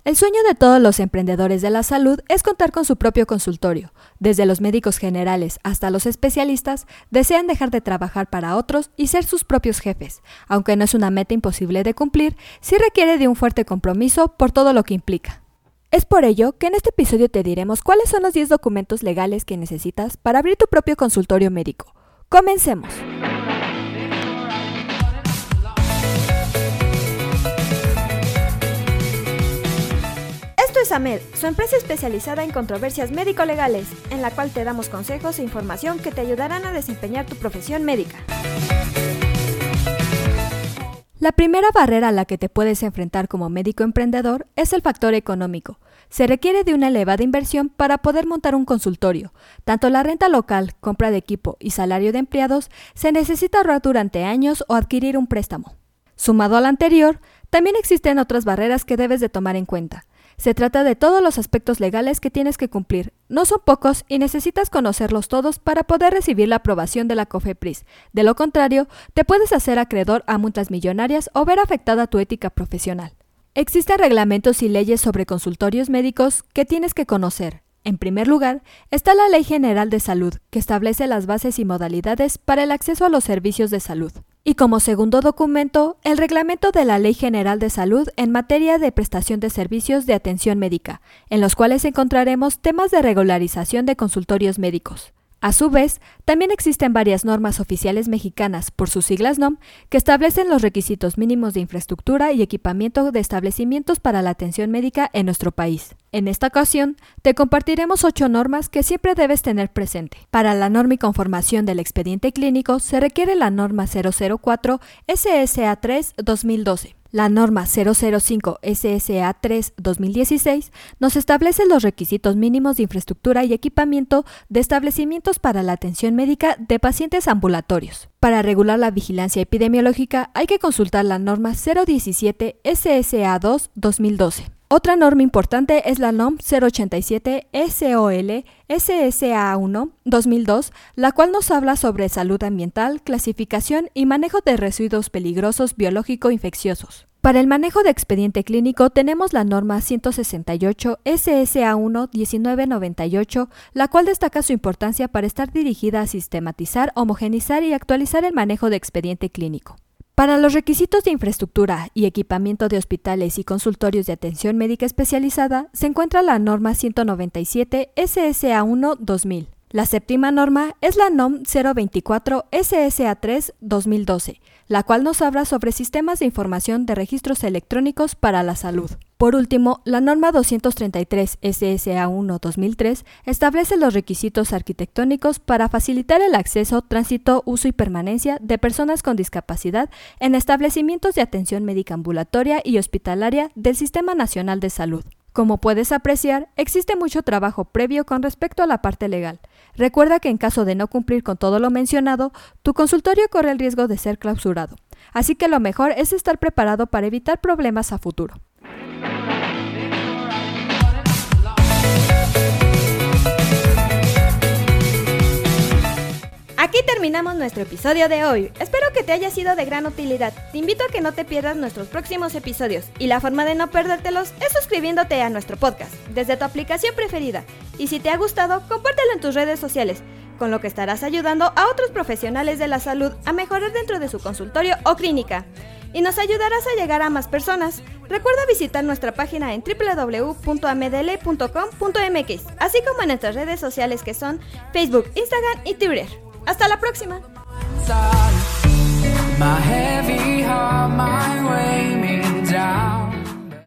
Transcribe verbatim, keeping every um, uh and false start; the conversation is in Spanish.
El sueño de todos los emprendedores de la salud es contar con su propio consultorio. Desde los médicos generales hasta los especialistas desean dejar de trabajar para otros y ser sus propios jefes. Aunque no es una meta imposible de cumplir, sí requiere de un fuerte compromiso por todo lo que implica. Es por ello que en este episodio te diremos cuáles son los diez documentos legales que necesitas para abrir tu propio consultorio médico. ¡Comencemos! Esto es AMED, su empresa especializada en controversias médico-legales, en la cual te damos consejos e información que te ayudarán a desempeñar tu profesión médica. La primera barrera a la que te puedes enfrentar como médico emprendedor es el factor económico. Se requiere de una elevada inversión para poder montar un consultorio. Tanto la renta local, compra de equipo y salario de empleados se necesita ahorrar durante años o adquirir un préstamo. Sumado al anterior, también existen otras barreras que debes de tomar en cuenta. Se trata de todos los aspectos legales que tienes que cumplir. No son pocos y necesitas conocerlos todos para poder recibir la aprobación de la COFEPRIS. De lo contrario, te puedes hacer acreedor a multas millonarias o ver afectada tu ética profesional. Existen reglamentos y leyes sobre consultorios médicos que tienes que conocer. En primer lugar, está la Ley General de Salud, que establece las bases y modalidades para el acceso a los servicios de salud. Y como segundo documento, el Reglamento de la Ley General de Salud en materia de prestación de servicios de atención médica, en los cuales encontraremos temas de regularización de consultorios médicos. A su vez, también existen varias normas oficiales mexicanas, por sus siglas N O M, que establecen los requisitos mínimos de infraestructura y equipamiento de establecimientos para la atención médica en nuestro país. En esta ocasión, te compartiremos ocho normas que siempre debes tener presente. Para la norma y conformación del expediente clínico se requiere la norma cero cero cuatro S S A tres dos mil doce. La norma cero cero cinco S S A tres dos mil dieciséis nos establece los requisitos mínimos de infraestructura y equipamiento de establecimientos para la atención médica de pacientes ambulatorios. Para regular la vigilancia epidemiológica hay que consultar la norma cero diecisiete S S A dos dos mil doce. Otra norma importante es la N O M cero ochenta y siete S O L S S A uno dos mil dos, la cual nos habla sobre salud ambiental, clasificación y manejo de residuos peligrosos biológico-infecciosos. Para el manejo de expediente clínico tenemos la norma ciento sesenta y ocho S S A uno diecinueve noventa y ocho, la cual destaca su importancia para estar dirigida a sistematizar, homogenizar y actualizar el manejo de expediente clínico. Para los requisitos de infraestructura y equipamiento de hospitales y consultorios de atención médica especializada se encuentra la norma ciento noventa y siete S S A uno dos mil. La séptima norma es la N O M cero veinticuatro S S A tres dos mil doce, la cual nos habla sobre sistemas de información de registros electrónicos para la salud. Por último, la norma doscientos treinta y tres S S A uno dos mil tres establece los requisitos arquitectónicos para facilitar el acceso, tránsito, uso y permanencia de personas con discapacidad en establecimientos de atención médica ambulatoria y hospitalaria del Sistema Nacional de Salud. Como puedes apreciar, existe mucho trabajo previo con respecto a la parte legal. Recuerda que en caso de no cumplir con todo lo mencionado, tu consultorio corre el riesgo de ser clausurado. Así que lo mejor es estar preparado para evitar problemas a futuro. Aquí terminamos nuestro episodio de hoy. Espero que te haya sido de gran utilidad. Te invito a que no te pierdas nuestros próximos episodios. Y la forma de no perdértelos es suscribiéndote a nuestro podcast desde tu aplicación preferida. Y si te ha gustado, compártelo en tus redes sociales, con lo que estarás ayudando a otros profesionales de la salud a mejorar dentro de su consultorio o clínica. Y nos ayudarás a llegar a más personas. Recuerda visitar nuestra página en doble u doble u doble u punto amedl punto com punto m x, así como en nuestras redes sociales que son Facebook, Instagram y Twitter. ¡Hasta la próxima!